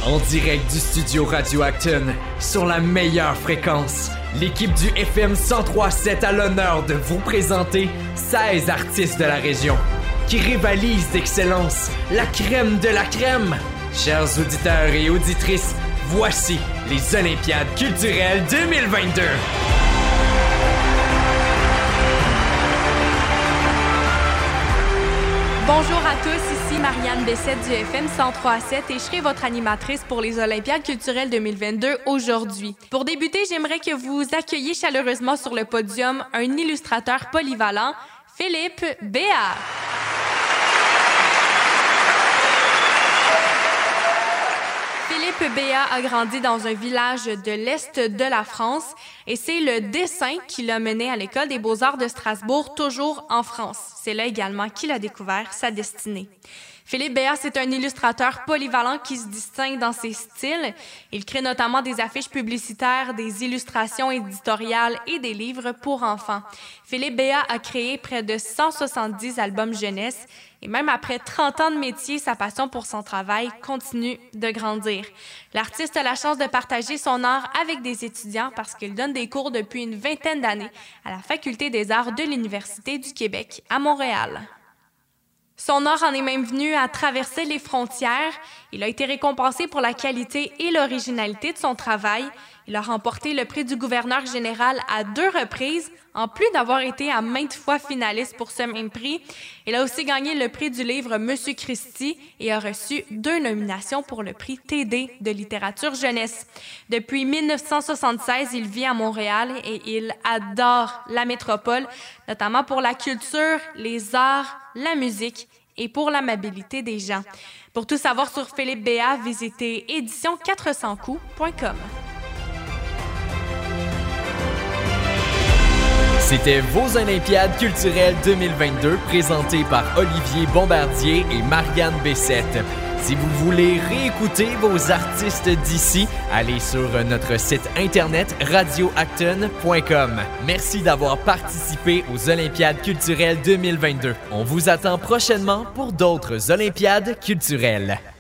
En direct du studio Radio Acton, sur la meilleure fréquence, l'équipe du FM 103.7 a l'honneur de vous présenter 16 artistes de la région qui rivalisent d'excellence, la crème de la crème. Chers auditeurs et auditrices, voici les Olympiades culturelles 2022. Bonjour à tous, ici Marianne Bessette du FM 103.7 et je serai votre animatrice pour les Olympiades culturelles 2022 aujourd'hui. Pour débuter, j'aimerais que vous accueilliez chaleureusement sur le podium un illustrateur polyvalent, Philippe Béat. Philippe Béat a grandi dans un village de l'Est de la France et c'est le dessin qui l'a mené à l'École des beaux-arts de Strasbourg, toujours en France. C'est là également qu'il a découvert sa destinée. Philippe Béat, c'est un illustrateur polyvalent qui se distingue dans ses styles. Il crée notamment des affiches publicitaires, des illustrations éditoriales et des livres pour enfants. Philippe Béat a créé près de 170 albums jeunesse et même après 30 ans de métier, sa passion pour son travail continue de grandir. L'artiste a la chance de partager son art avec des étudiants parce qu'il donne des cours depuis une vingtaine d'années à la Faculté des arts de l'Université du Québec à Montréal. Son art en est même venu à traverser les frontières. Il a été récompensé pour la qualité et l'originalité de son travail. Il a remporté le prix du gouverneur général à 2 reprises, en plus d'avoir été à maintes fois finaliste pour ce même prix. Il a aussi gagné le prix du livre Monsieur Christie et a reçu 2 nominations pour le prix TD de littérature jeunesse. Depuis 1976, il vit à Montréal et il adore la métropole, notamment pour la culture, les arts, la musique et pour l'amabilité des gens. Pour tout savoir sur Philippe Béat, visitez édition400coups.com. C'était vos Olympiades culturelles 2022 présentées par Olivier Bombardier et Marianne Bessette. Si vous voulez réécouter vos artistes d'ici, allez sur notre site internet radioacton.com. Merci d'avoir participé aux Olympiades culturelles 2022. On vous attend prochainement pour d'autres Olympiades culturelles.